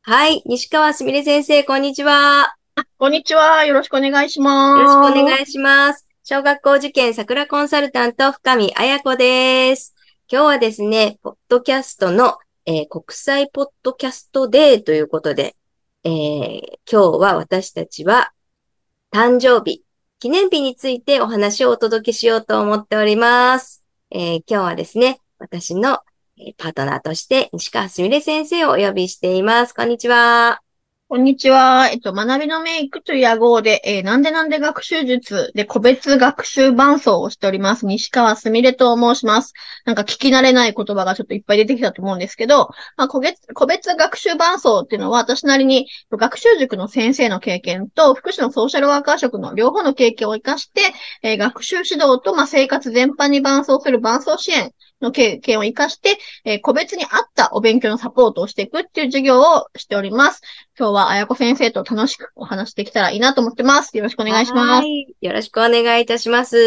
はい。西川すみれ先生、こんにちは。 こんにちは。よろしくお願いしよろしくおます。 願いします。小学校受験桜コンサルタント、深見彩子です。今日はですね、ポッドキャストの、国際ポッドキャストデーということで、今日は私たちは誕生日、記念日についてお話をお届けしようと思っております。今日はですね、私のパートナーとして西川すみれ先生をお呼びしています。こんにちは。 こんにちは。学びのメイクという屋号で、なんで学習術で個別学習伴走をしております。西川すみれと申します。なんか聞き慣れない言葉がちょっといっぱい出てきたと思うんですけど、個別学習伴走っていうのは私なりに学習塾の先生の経験と福祉のソーシャルワーカー職の両方の経験を活かして、学習指導と、生活全般に伴走する伴走支援の経験を活かして、個別に合ったお勉強のサポートをしていくっていう授業をしております。今日はあやこ先生と楽しくお話できたらいいなと思ってます。よろしくお願いします。 はい。よろしくお願いいたします。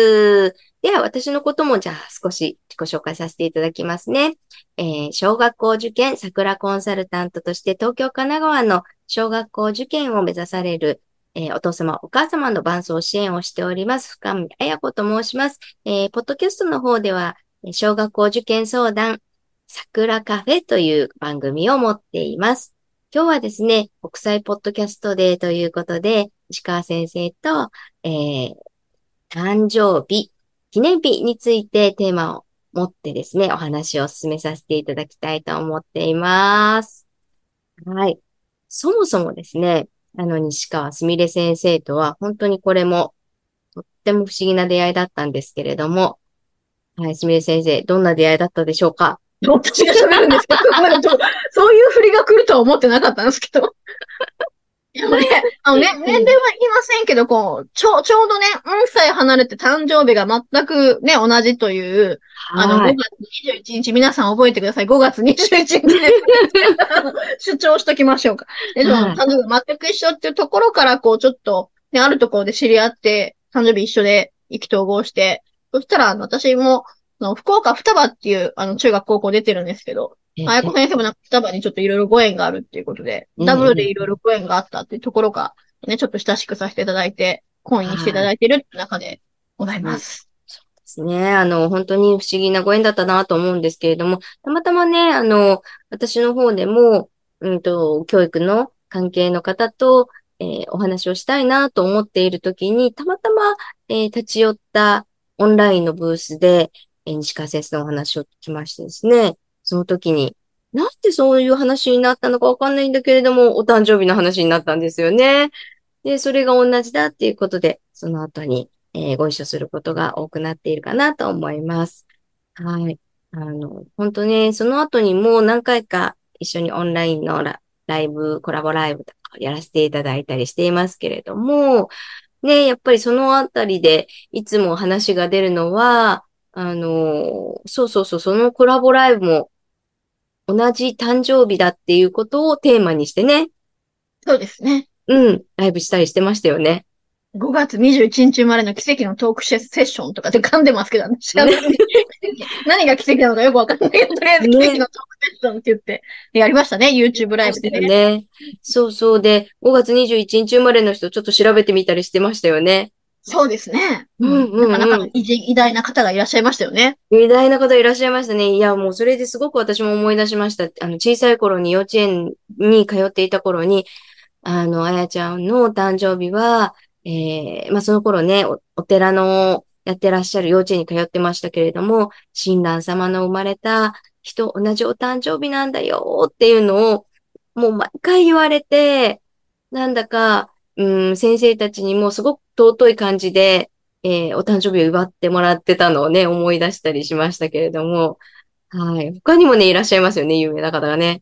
では、私のこともじゃあ少し自己紹介させていただきますね。小学校受験桜コンサルタントとして東京、神奈川の小学校受験を目指される、お父様、お母様の伴走支援をしております。深見彩子と申します。ポッドキャストの方では、小学校受験相談、桜カフェという番組を持っています。今日はですね、国際ポッドキャストデーということで、石川先生と、誕生日、記念日についてテーマを持ってですね、お話を進めさせていただきたいと思っています。はい。そもそもですね、西川すみれ先生とは、本当にこれもとっても不思議な出会いだったんですけれども、はい、すみれ先生、どんな出会いだったでしょうか？ 私が喋るんですけど、そういう振りが来るとは思ってなかったんですけど。でもね、年齢は言いませんけど、ちょうどね、4歳離れて誕生日が全くね、同じという、 はい。 5月21日、皆さん覚えてください。5月21日です。主張しときましょうか。で、その、 はい。 誕生日全く一緒っていうところから、ちょっと、ね、あるところで知り合って、誕生日一緒で意気投合して、そしたら、私も、福岡双葉っていう、中学高校出てるんですけど、あやこ先生もなんか双葉にちょっといろいろご縁があるっていうことで、 うんダブルうん。 でいろいろご縁があったっていうところが、ね、ちょっと親しくさせていただいて、懇意にしていたはい。 だいている中でございうん、 ます。 そうですね。本当に不思議なご縁だったなと思うんですけれども、たまたまね、私の方でも、教育の関係の方と、お話をしたいなと思っているときに、たまたま、立ち寄ったオンラインのブースで、西川先生のお話を聞きましてですね、その時に、なんでそういう話になったのかわかんないんだけれども、お誕生日の話になったんですよね。で、それが同じだっていうことで、その後に、ご一緒することが多くなっているかなと思います。はい。本当ね、その後にもう何回か一緒にオンラインのライブ、コラボライブとかやらせていただいたりしていますけれども、ね、やっぱりそのあたりでいつも話が出るのは、そうそうそう、そのコラボライブも同じ誕生日だっていうことをテーマにしてね、 そうですね。 うん、ライブしたりしてましたよね。 5月21日生まれの奇跡のトークセッションとかで噛んでますけど、私はね。 別に何が奇跡なのかよくわかんないけど、とりあえず奇跡ね。 のトークセッションって言って、やりましたね、YouTube ラましたイブでね。 よね。そうそうで、5月21日生まれの人ちょっと調べてみたりしてましたよね。 そうですね。 ううん。 んなかなかうんうん。 偉大な方がいらっしゃいましたよね。 偉大な方いらっしゃいましたね。いや、もうそれですごく私も思い出しました。小さい頃に幼稚園に通っていた頃に、あやちゃんの誕生日は、まあ、その頃ね、お寺のやってらっしゃる幼稚園に通ってましたけれども、親鸞様の生まれた人、同じお誕生日なんだよっていうのを、もう毎回言われて、なんだか、先生たちにもすごく尊い感じで、お誕生日を祝ってもらってたのをね、思い出したりしましたけれども、はい。他にもね、いらっしゃいますよね、有名な方がね。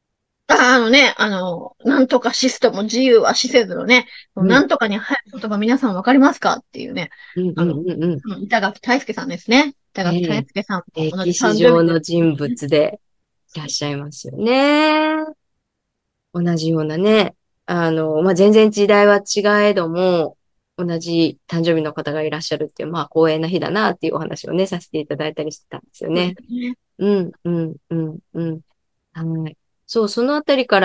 なんとかシステム、自由は死せずのね、 うん。 なんとかに入る言葉皆さんわかりますかっていうね、 うんうあの、 んうんうん。 板垣大輔さんですね。板垣大ええ、 輔さんも同じ歴史誕生日で。 上の人物でいらっしゃいますよね。同じようなね。まあ、全然時代は違えども、同じ誕生日の方がいらっしゃるっていう、まあ、光栄な日だなっていうお話をね、させていただいたりしてたんですよそうでね。 すね。 うん、うん、うん、うん。はい。そう、そのあたりから、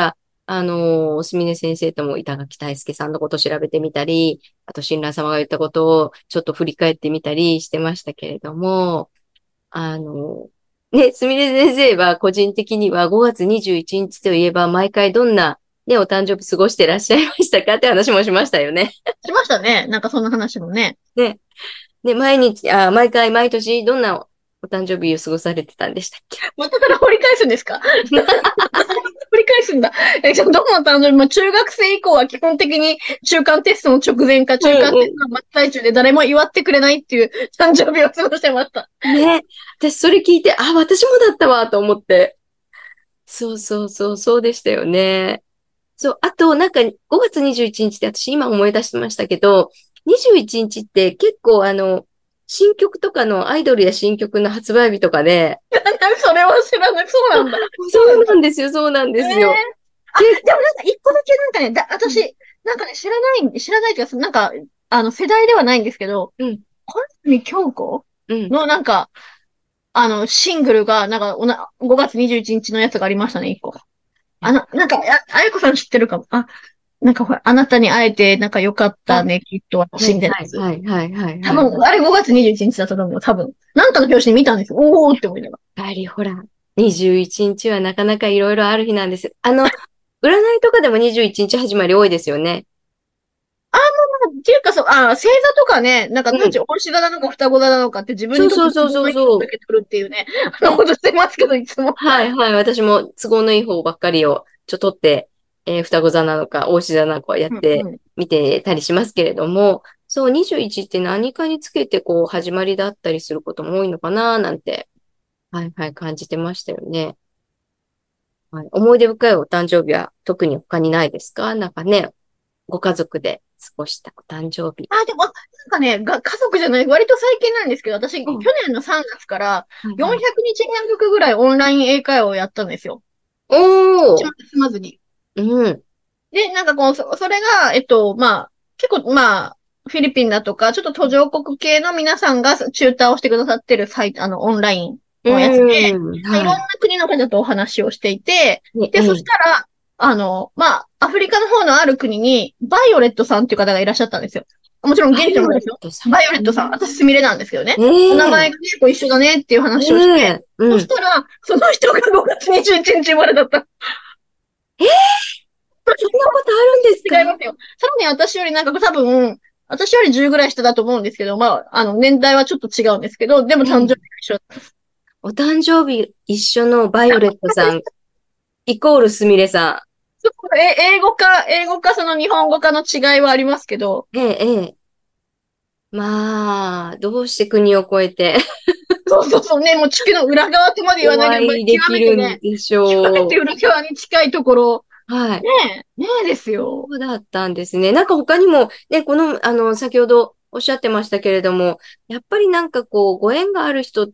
すみれ先生とも板垣大輔さんのことを調べてみたり、あと、親鸞様が言ったことをちょっと振り返ってみたりしてましたけれども、あの、ね、すみれ先生は個人的には5月21日といえば毎回どんなね、お誕生日過ごしてらっしゃいましたかって話もしましたよね。 しましたね。なんかそんな話もね。 ね。で、毎回、毎年どんなお誕生日を過ごされてたんでしたっけ？ またから掘り返すんですか？掘り返すんだ。じゃあどこの誕生日、まあ、中学生以降は基本的に中間テストの直前か中間テストの真っ最中で誰も祝ってくれないっていう誕生日を過ごしてました。 ね。私それ聞いて、あ、私もだったわ、と思って。そうそうそう、そうでしたよね。そう、あと、なんか5月21日って私今思い出してましたけど、21日って結構新曲とかのアイドルや新曲の発売日とかで、 それは知らない。そうなんだ。 そうなんですよ、そうなんですよ。 あ、でもなんか一個だけなんかね、私、なんかね、知らないっていうか、なんか、世代ではないんですけど、 うん、 小泉京子うん。 のなんか、シングルが、なんか、5月21日のやつがありましたね、一個。なんか、あやこさん知ってるかも。なんかほら、あなたに会えて、なんか良かっあ、 たね、きっとはい、 私みたいなやはい、 つ。 はい、はい、はい、はい。 多分、あれ5月21日だったと思う、多分。なんかの表紙に見たんですよ。おーって思いながら。 やっぱりほら、21日はなかなかいろいろある日なんです。占いとかでも21日始まり多いですよね。 っていうか、星座とかね、なんか、 うん。 どっち、おし座なのか双子座なのかって自分そうにとってそうそうそう都合のいい方そう。 だけ取るっていうね、 ね。 ことしてますけど、いつも。 はい、はい。私も都合のいい方ばっかりを取って、双子座なのか、大志座なのかやってうんうん。 みてたりしますけれども、そう、21って何かにつけてこう、始まりだったりすることも多いのかな、なんて、はい、はい、感じてましたよね。はい、思い出深いお誕生日は特に他にないですか？なんかね、ご家族で過ごしたお誕生日。 でも、なんかね、家族じゃない、割と最近なんですけど、私、去うん。 年の3月からはいはい。 400日連続ぐらいオンライン英会話をやったんですよ。一おー。 番休まずに。 うん。 で、なんかこう、それが、まあ、結構、まあ、フィリピンだとか、ちょっと途上国系の皆さんがチューターをしてくださってるサイト、オンラインうのやつで、 ん。 いろんなはい。 国の方とお話をしていて、で、そしええ。 たら、まあ、アフリカの方のある国に、バイオレットさんっていう方がいらっしゃったんですよ。もちろんバイオレッ現地の方ですよ。 トさん。 バイオレットさん、私すみれなんですけどね。お名前ええ。 が結構一緒だねっていう話をして、 ええ。うん。 そしたら、その人が5月21日生まれだった。 えー、そんなことあるんですか？ 違いますよ。さらに私よりなんか多分、私より10ぐらい下だと思うんですけど、まあ、年代はちょっと違うんですけど、でも誕生日がええ。 一緒。 お誕生日一緒のバイオレットさん、イコールすみれさ英語かその日本語かの違いはありますけど、 ん。ええ、ええ。まあ、どうして国を越えてそうそうそうね、もう地球の裏側とまで言わおないけど、まあ会いで極きるんめてね、 でし極めてょ裏側に近いところ、 う。はい。 ねえですよ。 そうだったんですね。なんか他にも、ね、先ほどおっしゃってましたけれども、やっぱりなんかこう、ご縁がある人って、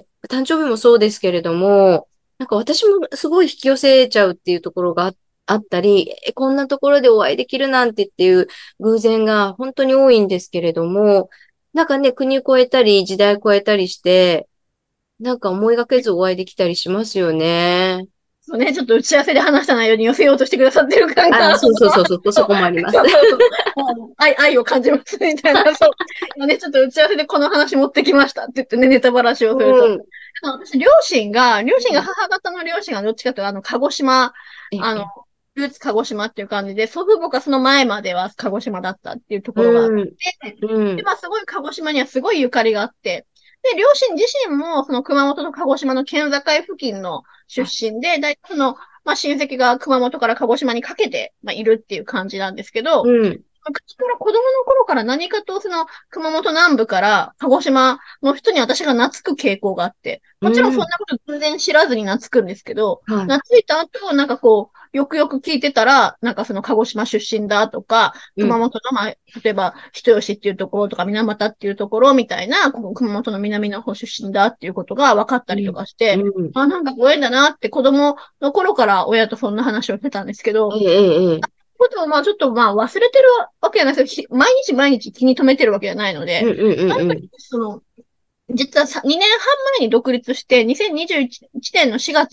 誕生日もそうですけれども、なんか私もすごい引き寄せちゃうっていうところがあったり、こんなところでお会いできるなんてっていう偶然が本当に多いんですけれども、なんかね、国越えたり、時代越えたりして、なんか思いがけずお会いできたりしますよね。 そうね、ちょっと打ち合わせで話した内容に寄せようとしてくださってる感あ、 が、 そうそうそうそう、そこもあります。 そうそうそう。愛を感じますみたいな。そう。今ね、ちょっと打ち合わせでこの話持ってきましたって言ってね、ネタばらしをすると。 うん。 私、両親が母方の両親がどっちかというと、鹿児島、あの、 ええ、 ルーツ鹿児島っていう感じで、祖父母がその前までは鹿児島だったっていうところがあっうん、 て、で、 うん、 まあ、すごい鹿児島にはすごいゆかりがあって、で、両親自身も、その熊本と鹿児島の県境付近の出あ、 身で、大体その、まあ、親戚が熊本から鹿児島にかけて、まあ、いるっていう感じなんですけど、 うん、 昔から子供の頃から何かとその熊本南部から鹿児島の人に私が懐く傾向があって、もちろんそんうん、 なこと全然知らずに懐くんですけど、 はい。 懐いた後、なんかこう、よくよく聞いてたら、なんかその鹿児島出身だとか、 うん、 熊本の、まあ、例えば人吉っていうところとか水俣っていうところみたいな、この熊本の南の方出身だっていうことが分かったりとうん、 かして、 うん。 なんかご縁だなって子供の頃から親とそんな話をしてたんですけど、 ええ、ええ、ええ。 ことを、まあちょっとまあ忘れてるわけじゃないですけど、毎日毎日気に留めてるわけじゃないので、 うん、うん、うん、 なんかうん。 その、実は2年半前に独立して、2021年の4月に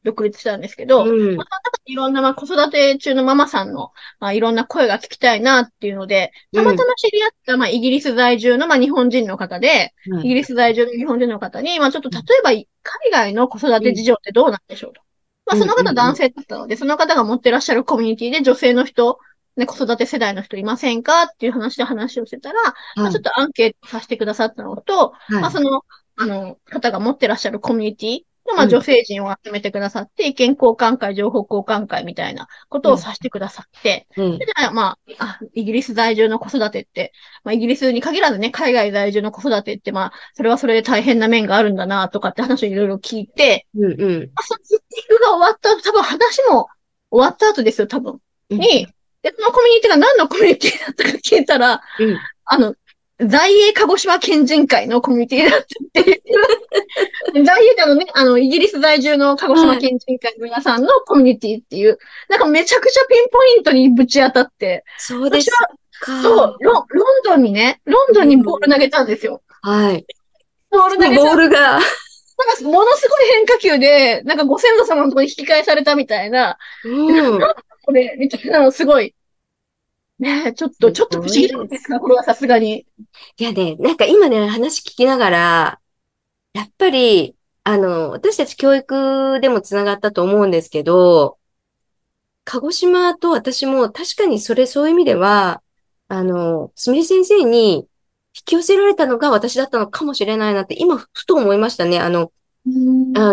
独立したんですけど、 うん、 その中でいろんな、子育て中のママさんの、いろんな声が聞きたいなっていうので、たまうん、 たま知り合った、イギリス在住の、日本人の方で、 はい。 イギリス在住の日本人の方に、ちょっと例えば、海外の子育うん、 て事情ってどうなんでしょうと。 うん、 そのうん、うん。 方男性だったので、その方が持ってらっしゃるコミュニティで女性の人、ね、子育て世代の人いませんかっていう話で話をしてたら、 はい、 ちょっとアンケートさせてくださったのと、 はい。 その、方が持ってらっしゃるコミュニティの、 うん、 女性陣を集めてくださって、意見交換会、情報交換会みたいなことをうん、 させてくださって、 うん、 で、イギリス在住の子育てって、イギリスに限らずね、海外在住の子育てって、それはそれで大変な面があるんだな、とかって話をいろいろ聞いて、 うん、うん、 そのミーティングが終わった後、多分話も終わった後ですよ、多分。 うん、 に、で、そのコミュニティが何のコミュニティだったか聞いたら、 うん。 あの、在英鹿児島県人会のコミュニティだったっていう在英ってね、イギリス在住の鹿児島はい。 県人会の皆さんのコミュニティっていう、なんかめちゃくちゃピンポイントにぶち当たって、私は、 そうですか。 そう、ロンドンにね、ロンドンにボール投げたんですよ。 はい。 ボールそのボ投げたら、 ールが、 なんかものすごい変化球で、なんかご先祖様のところに引き返されたみたいな、 うん。 これ、みたいなのすごい、ねすちょっと不思議じゃないごいです。 ですか、これはさすがに。 いやね、なんか今ね、話聞きながら、やっぱり、私たち教育でもつながったと思うんですけど、鹿児島と私も確かにそういう意味では、すみれ先生に引き寄せられたのが私だったのかもしれないなって、今、ふと思いましたね。 うん。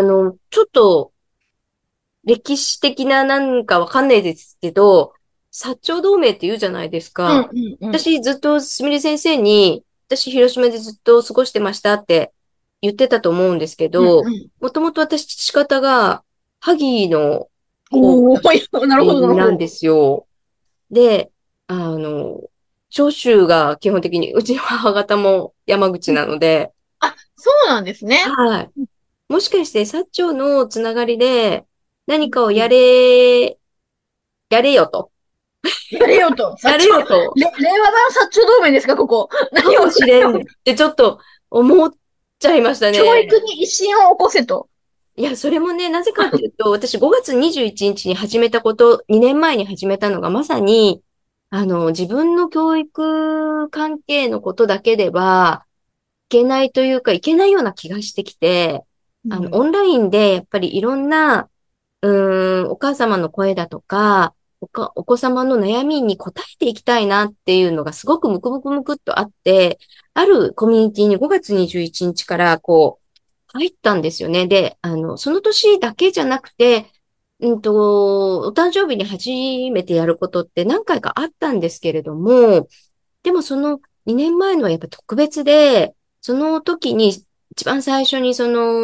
ちょっと、歴史的ななんかわかんないですけど、薩長同盟って言うじゃないですうん、 か。 うん、うん。 私ずっとすみれ先生に、私広島でずっと過ごしてましたって言ってたと思うんですけうん、 ど、 うん。 もともと私父方が萩の方おー、いやなるほど、なるほど。 なんですよ。で、長州が基本的に、うちの母方も山口なので、 あ、そうなんですね。 はい。もしかして薩長のつながりで何かをうん。 やれよと。 やれよと。 やれよと。 令和版薩長同盟ですか、ここ。何を、 かもしれんってちょっと思っちゃいました教育ね。 に威信を起こせと。 いや、それもね、なぜかっていうと、私5月21日にちに始めたこと、2年前に始めたのがまさに、自分の教育関係のことだけではいけないというか、いけないような気がしてきて、オうん。 ンラインでやっぱりいろんな、お母様の声だとか、お子様の悩みに応えていきたいなっていうのがすごくムクムクムクっとあって、あるコミュニティに5月21日から入ったんですよね。で、その年だけじゃなくて、お誕生日に初めてやることって何回かあったんですけれども、でもその2年前のはやっぱ特別で、その時に一番最初に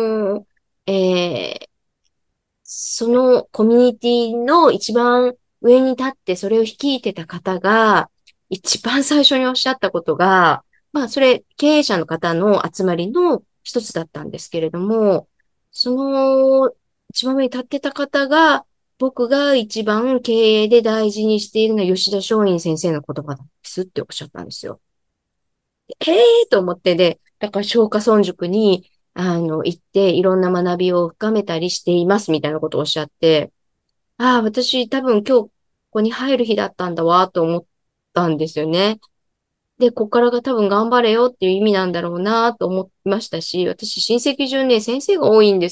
そのコミュニティの一番上に立ってそれを率いてた方が、一番最初におっしゃったことが、まあ、それ経営者の方の集まりの一つだったんですけれども、その一番上に立ってた方が、僕が一番経営で大事にしているのは吉田松陰先生の言葉なんですっておっしゃったんですよ。と思って、で、だから松下村塾に、行って、いろんな学びを深めたりしています、みたいなことをおっしゃって、ああ、私多分今日ここに入る日だったんだわ、と思ったんですよね。で、ここからが多分頑張れよっていう意味なんだろうな、と思いましたし、私親戚中ね、先生が多いんです。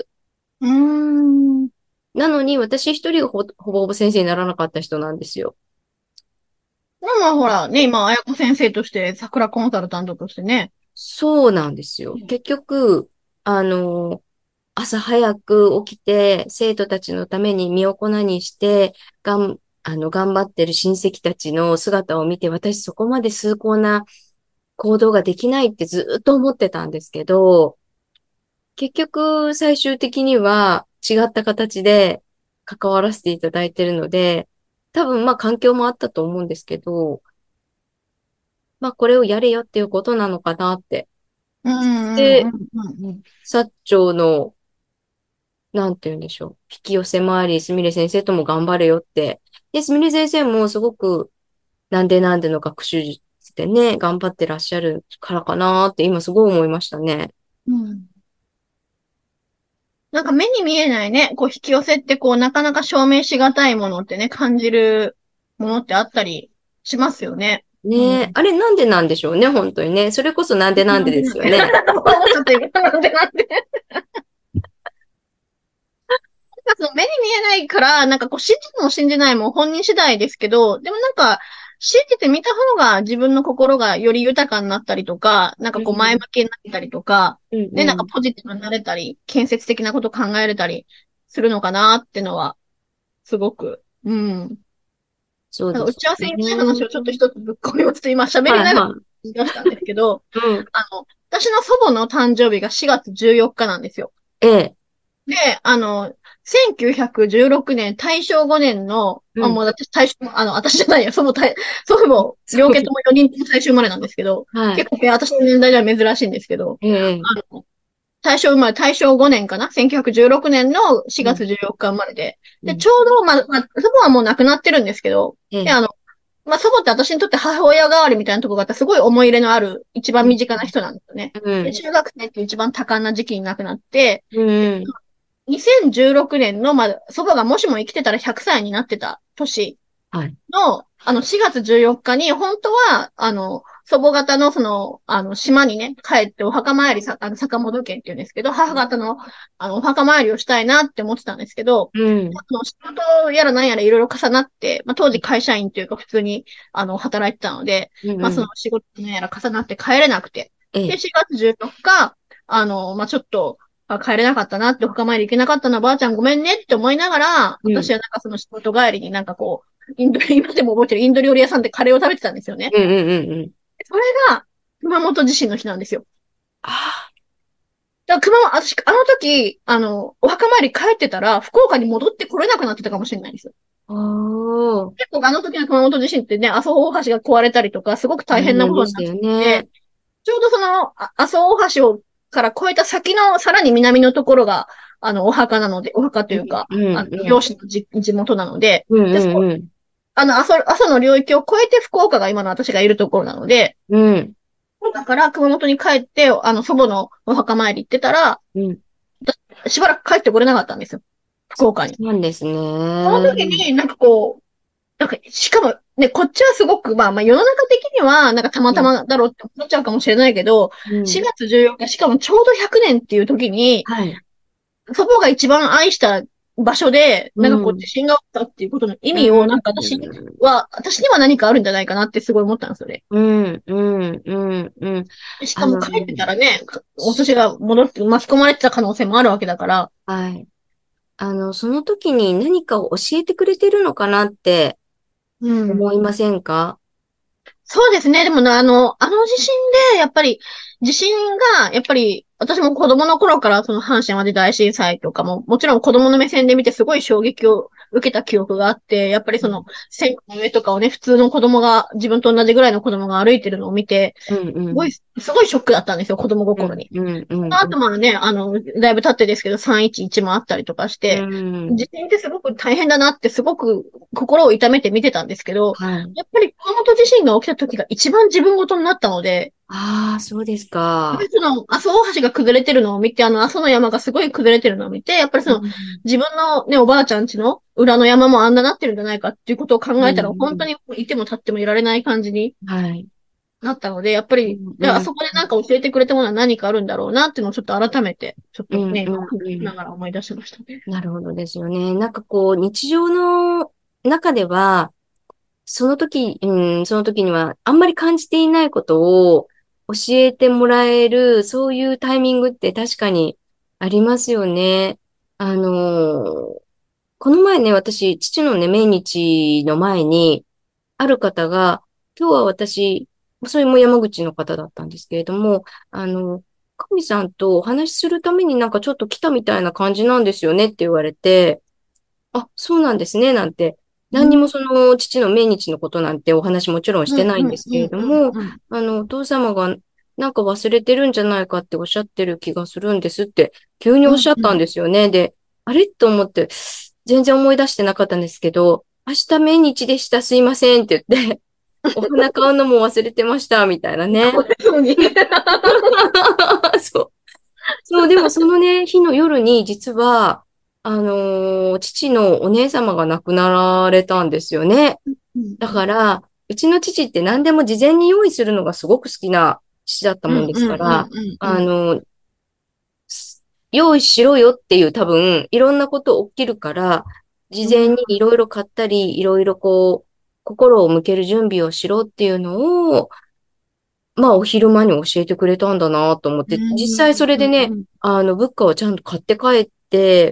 うーん。 なのに、私一人がほぼほぼ先生にならなかった人なんですよ。 ほら、ね、今、綾子先生として、桜コンサルタントとしてね。 そうなんですよ。結局、あの、朝早く起きて、生徒たちのために身を粉にして、頑張ってる親戚たちの姿を見て、私そこまで崇高な行動ができないってずっと思ってたんですけど、結局、最終的には違った形で関わらせていただいてるので、多分まあ環境もあったと思うんですけど、まあこれをやれよっていうことなのかなって。 うん、うん、 で、 うん、うん。 薩長のなんて言うんでしょう。引き寄せ回り、すみれ先生とも頑張れよって。で、すみれ先生もすごく、なんでの学習術でね、頑張ってらっしゃるからかなって今すごい思いましたね。 うん。 なんか目に見えないね、こう引き寄せってこうなかなか証明しがたいものってね、感じるものってあったりしますよね。うん。 ねえ、あれなんでなんでしょうね、本当にね。それこそなんでなんででなんでなんで。 すよね。 ちょっと今なんでなんで。なんかその目に見えないから、なんかこう信じるも信じないも本人次第ですけど、でもなんか信じてみた方が自分の心がより豊かになったりとか、なんかこう前向うん、 きになったりとか、 うん、 で、なんかうん。 ポジティブになれたり、建設的なこと考えれたりするのかなってのは、すごく、うん。なんか打そうですち合わせにない話ね。 をちょっと一つぶっ込みますと、今喋りはい、 ながらはい。 言い出したんですけど、 うん。 私の祖母の誕生日が4月14日なんですよ。 ええ、 で、1916年、大正5年の、あ、もうん。 う私、大正、私じゃないや、祖父母、 そう。 両家とも4人とも大正生まれなんですけど、 はい。 結構ね、私の年代では珍しいんですけど、 ええ、 大正生まれ、大正5年かな？ 1916 年の4 うん、 月14日生まれで、で、 うん。 ちょうど、祖母はもう亡くなってるんですけど、で、 ええ、 祖母って私にとって母親代わりみたいなところがあって、すごい思い入れのある、一番うん、 身近な人なんですよね。で、 うん、 中学生っていう一番多感な時期に亡くなって、 うん。 2016年の、祖母がもしも生きてたら100歳になってた年はい。 の、4月14日に、本当は、祖母方の島にね、帰ってお墓参り坂本家っていうんですけど、母方の、お墓参りをしたいなって思ってたんですけど、 うん、 仕事やらなんやらいろいろ重なって、当時会社員というか普通に、働いてたので、 うん、 そのうん。 仕事なんやら重なって帰れなくて、で、 ええ、 4月14日、ちょっと、帰れなかったなって、お墓参り行けなかったな、ばあちゃんごめんねって思いながら、 うん、 私はなんかその仕事帰りになんかこう、今でも覚えてるインド料理屋さんでカレーを食べてたんですよね。 うん、うん、うん。うん。 それが、熊本地震の日なんですよ。 あだから私、あの時、お墓参り帰ってたら、福岡に戻ってこれなくなってたかもしれないんですよ。 あ、おー、 結構あの時の熊本地震ってね、阿蘇大橋が壊れたりとか、すごく大大変な変でしたよことになってて、 ね。 ちょうどその、阿蘇大橋をから越えた先のさらに南のところが、お墓なので、お墓とうん、 いうか、 うん、うん。 漁師の地元なので、 うん、 で、 うん、うん。 阿蘇の領域を越えて福岡が今の私がいるところなので、 うん、 だから熊本に帰って、祖母のお墓参り行ってたら、 うん。 しばらく帰ってこれなかったんですよ。福岡に。 そうなんですそのね。 時になんかこう、なんか、しかもね、こっちはすごく、世の中的には、なんかたまたうん、 まだろうって思っちゃうかもしれないけど、4 うん。 月14日、しかもちょうど100年っていう時に、 はい。 祖母が一番愛した場所で、 うなんかこう地ん、 震が起きたっていうことの意う味を、なんかん。 私には何かあるんじゃないかなってすごい思ったんですよね。 うん、うん、うん、うん。 しかもあの、 帰ってたらね、私が戻って巻き込まれてた可能性もあるわけだから、 はい。その時に何かを教えてくれてるのかなってうん。 思いませんか？ そうですね。でもね、あの地震で、やっぱり、地震が、やっぱり、私も子供の頃からその阪神淡路大震災とかも、もちろん子供の目線で見てすごい衝撃を受けた記憶があって、やっぱりその、線路の上とかをね、普通の子供が、自分と同じぐらいの子供が歩いてるのを見て、 うん、うん、 すごいショックだったんですよ、子供うん、 心に。 うん、うん、 あうん。 とまあね、だいぶ経ってですけど、311もあったりとかしうて、 ん、 地震ってすごく大変だなってすごく心を痛めて見てたんですけど、 はい。 やっぱり熊本地震が起きた時が一番自分ごとになったので、 ああ、そうですか。 やっぱりその阿蘇大橋が崩れてるのを見て、阿蘇の山がすごい崩れてるのを見て、やっぱりそのうん、 自分のね、おばあちゃん家の裏の山もあんななってるんじゃないかっていうことを考うえたら、本当ん、 にいても立ってもいられない感じにはい。 なったので、やっぱり、 うん、 であうん、 そこでなんか教えてくれたものは何かあるんだろうなっていうのをちょっと改めて、ちょっうん、 とね、 うん、 今お話しうん。 ながら思い出しましたね。 なるほどですよね。なんかこう、日常の中では、その時にはあんまり感じていないことを教えてもらえる、そういうタイミングって確かにありますよね。あの、この前ね、私、父のね、命日の前に、ある方が、今日は私、それも山口の方だったんですけれども、あの、神さんとお話しするためになんかちょっと来たみたいな感じなんですよねって言われて、あ、そうなんですね、なんて。何にもうん、 その父の命日のことなんてお話もちろんしうん、 てないうん、 んですけれうん、うん、 ども、 うん。 お父様がなんか忘れてるんじゃないかっておっしゃってる気がするんですって急にうん、 おっしゃったんうん。 ですよね。で、あれと思って全然思い出してなかったんですけど、明日命日でした、すいませんって言って、お花買うのも忘れてました、みたいなね。 そうですよね。 そう。 そう、でもそのね、日の夜に実は、父のお姉様が亡くなられたんですよね。だから、うちの父って何でも事前に用意するのがすごく好きな父だったうんもんですうんうんから、 うんうん。 あの、用意しろよっていう多分、いろんなこと起きるから、事前にいろいろ買ったり、いろいろこう、心を向ける準備をしろっていうのを、まあ、お昼間に教えてくれたんだなと思っうて、実際そんれでね、 うん物価をちゃんと買って帰って、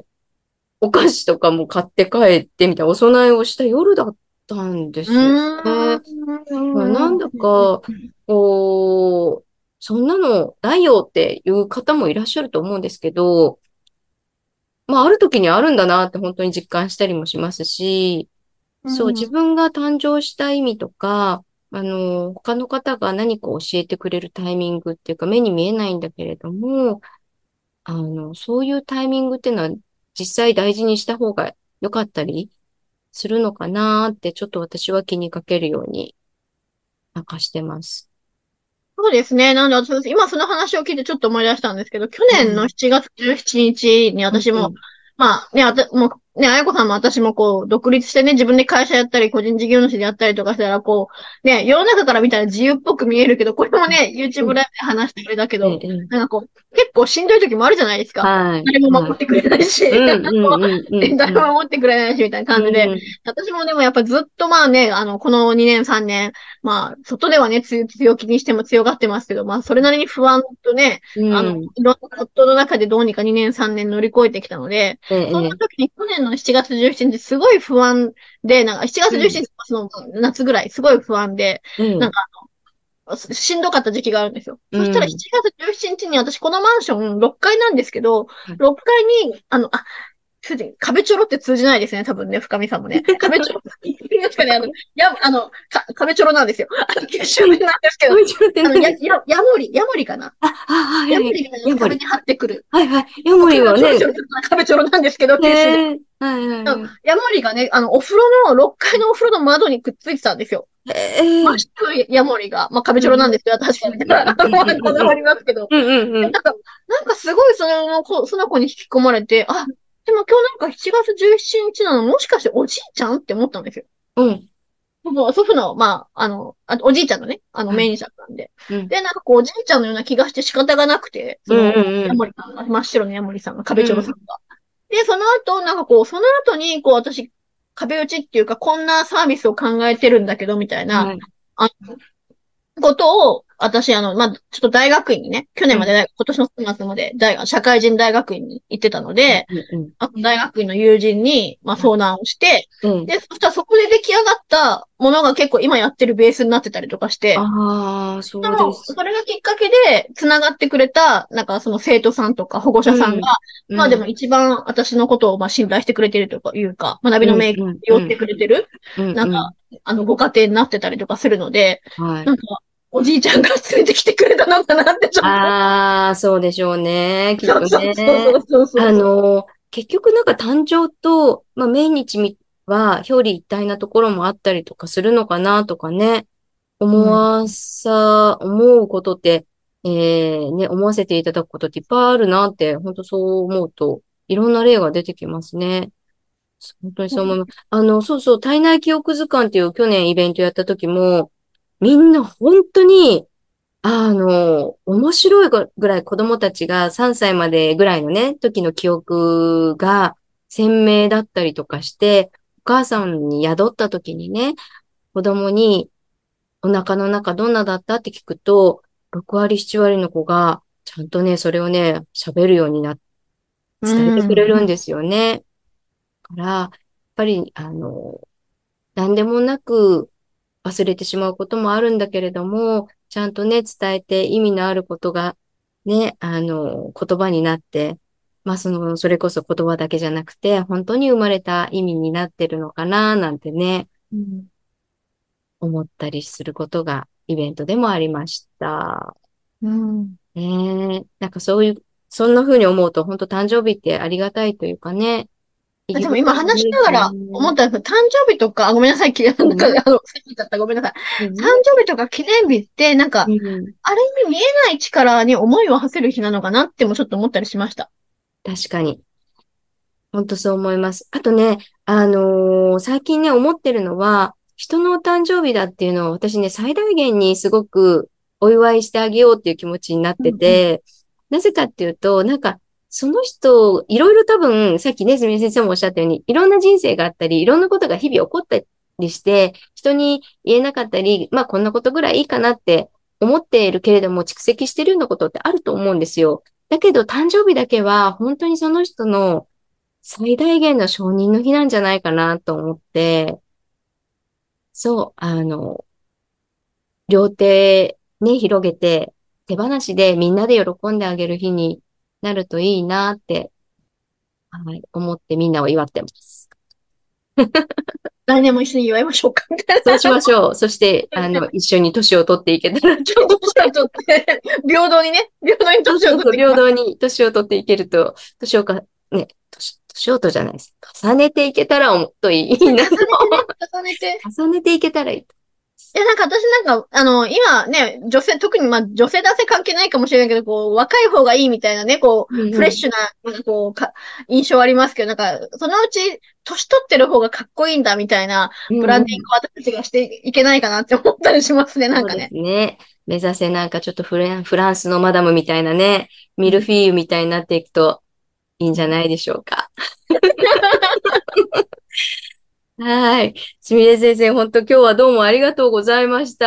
お菓子とかも買って帰ってみたいなお供えをした夜だったんでうすよね。まあ、なんん。 だか、こう、そんなのないよっていう方もいらっしゃると思うんですけど、まあ、ある時にあるんだなって本当に実感したりもしますし、そう、自分が誕生した意味とか、他の方が何か教えてくれるタイミングっていうか、目に見えないんだけれども、そういうタイミングっていうのは実際大事にした方が良かったりするのかなって、ちょっと私は気にかけるようになんかしてます。 そうですね。なので私、今その話を聞いてちょっと思い出したんですけど、去年のうん、 7月17日にちにうん、 私も、 うん、 まあね、もうね、あやこさんも私もこう、独立してね、自分で会社やったり、個人事業主でやったりとかしたら、こう、ね、世の中から見たら自由っぽく見えるけど、これもね、 う YouTube ん、 ライブで話してくれたけど、 ええ、 なんかこう、結構しんどい時もあるじゃないですか。 はい、 誰もはい。 守ってくれないし、 うん、うん、うん、うん、 誰うん、 も守ってくれないし、みたいな感じで。 うん、 私もでもやっぱずっとまあね、この2年3年、まあ、外ではね、強気にしても強がってますけど、まあ、それなりに不安とね、 うん、 いろんな葛藤の中でどうにか2年3年乗り越えてきたので、 えそんなえ、 時に去年の7月17日すごい不安で、なんか7月17 うん、 日その夏ぐらいすごい不安で、 うん、 なんかしんどかった時期があるんですよ。 うそしたらん、 7月17日にちに私このマンション6階なんですけど、 はい。 6階に、壁ちょろって通じないですね、多分ね、深見さんもね。壁ちょろ、ですかね、壁ちょろなんですよ。九州弁なんですけど、 もちろんって何ですか？ ヤモリかな。 あ、あ、はい、はい。 ヤモリがヤモリ。 壁に張ってくる。 はい、はい。ヤモ壁がリはね、 ちょろちょろと壁ちょろなんですけど、九州で。 へえ、はい、はい、はい。 ヤモリがね、お風呂の、6階のお風呂の窓にくっついてたんですよ。 へえ、 真っ白いヤモリが、まあ壁うん、 ちょろなんですよ、確かに。 うん、うん、うん、 まあ、こだわりうん、 ますけど。 うん、うん、うん、 なんか、なんかすごいその子に引き込まれて、あ、でも今日なんか7月17日なの、もしかしておじいちゃんって思ったんですよ。 うん、 祖父の、まあ、おじいちゃんのね、 はい、 命日だったんで。 うん、 で、なんかこう、おじいちゃんのような気がして仕方がなくて、 うん、うん、 ヤモリさんが、真っ白のヤモリさんが、壁チョロさんうん、 が。で、その後、なんかこう、その後に、こう、私、壁打ちっていうか、こんなサービスを考えてるんだけど、みたいな、 はい、 あことを、私、まあ、ちょっと大学院にね、去うん、 年まで今年の9月まで社会人大学院に行ってたのうん、 で、 うん、 大学院の友人に、まあ、相談をして、 うん。 で、そしたらそこで出来上がったものが結構今やってるベースになってたりとかして、 ああ、そうででも、 す。 それがきっかけで、繋がってくれた、なんかその生徒さんとか保護者さんが、 うん、うまあでもん、 一番私のことをまあ信頼してくれてるというか、学びうん、 のメイクうん、 に寄ってうん、 くれてる、 うん、 なんか、 うん。 ご家庭になってたりとかするので、 はい。 なんか、おじいちゃんが連れてきてくれたのかなってちょっと。 ああ、そうでしょうね。きっとそうそうそうそね。 うそうそうそう。 結局なんか誕生と、まあ、命日は表裏一体なところもあったりとかするのかなとかね。 うん。 思うことって、ね、思わせていただくことっていっぱいあるなって、本当そう思うと、いろんな例が出てきますね。本当にそう思います。そうそう、体内記憶図鑑っていう去年イベントやった時も、みんな本当に、面白いぐらい子供たちが3歳までぐらいのね、時の記憶が鮮明だったりとかして、お母さんに宿った時にね、子供にお腹の中どんなだったって聞くと、6割、7割の子が、ちゃんとね、それをね、喋るようにう伝えてくれん。 るんですよね。だから、やっぱり、なんでもなく忘れてしまうこともあるんだけれども、ちゃんとね、伝えて意味のあることがね、言葉になって、まあ、それこそ言葉だけじゃなくて、本当に生まれた意味になってるのかな、なんてね、 うん。 思ったりすることがイベントでもありました。 うん。 ねえ、なんかそういう、そんな風に思うと、本当誕生日ってありがたいというかね、 意義でも今深いもの話しですね。 ながら思ったんですけど、誕生日とか、あ、ごめんなさい、なんか、 うん。 さっき言っちゃった、ごめんなさい。 う誕ん。 生日とか記念日って、なんか、 うん。 ある意味見えない力に思いを馳せる日なのかなってもちょっと思ったりしました。 確かに。本当そう思います。あとね、最近ね、思ってるのは、人のお誕生日だっていうのを私ね、最大限にすごくお祝いしてあげようっていう気持ちになってうんうん。 て、なぜかっていうと、なんか、その人、いろいろ多分、さっきね、すみれ先生もおっしゃったように、いろんな人生があったり、いろんなことが日々起こったりして、人に言えなかったり、まあ、こんなことぐらいいいかなって思っているけれども、蓄積してるようなことってあると思うんですよ。だけど、誕生日だけは、本当にその人の最大限の承認の日なんじゃないかなと思って、そう、両手ね、広げて、手放しでみんなで喜んであげる日になるといいなって、はい、思ってみんなを祝ってます。 来年も一緒に祝いましょうか、みたいそうしな。 ましょう。そして、一緒に年を取っていけたらと。 年を取って、平等にね、平等に年をそうそうそう、 取っていきます。 平等に年を取っていけると、ね、年をとじゃないです。重ねていけたらもっといいなと。 重ねてね、重ねて。 重ねていけたらいいと。 いや、なんか私なんか、今ね、女性、特にまあ女性男性関係ないかもしれないけど、こう、若い方がいいみたいなね、こう、 うんうん。 フレッシュな、なんかこう、印象ありますけど、なんか、そのうち、年取ってる方がかっこいいんだみたいな、 うんうん。 ブランディングを私たちがしていけないかなって思ったりしますね、なんそうですかね。 ね。目指せなんかちょっとフランスのマダムみたいなね、ミルフィーユみたいになっていくといいんじゃないでしょうか。はい。すみれ先生、本当今日はどうもありがとうございました。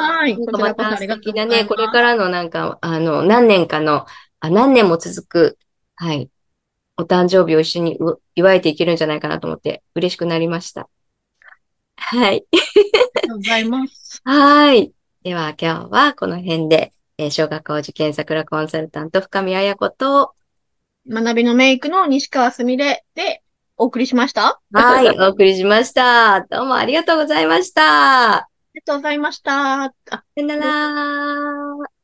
はい。 なんこちらこそかまた素ありがとう敵なね、 ございます。 これからのなんか、何年かの、何年も続く、はい、お誕生日を一緒に祝えていけるんじゃないかなと思って嬉しくなりました。はい。 ありがとうございます。 はい。では今日はこの辺で、小学校受験桜コンサルタント深見彩子と、 学びのメイクの西川すみれでお送りしました。 はい、お送りしました。どうもありがとうございました。 ありがとうございました。あ、 さよなら。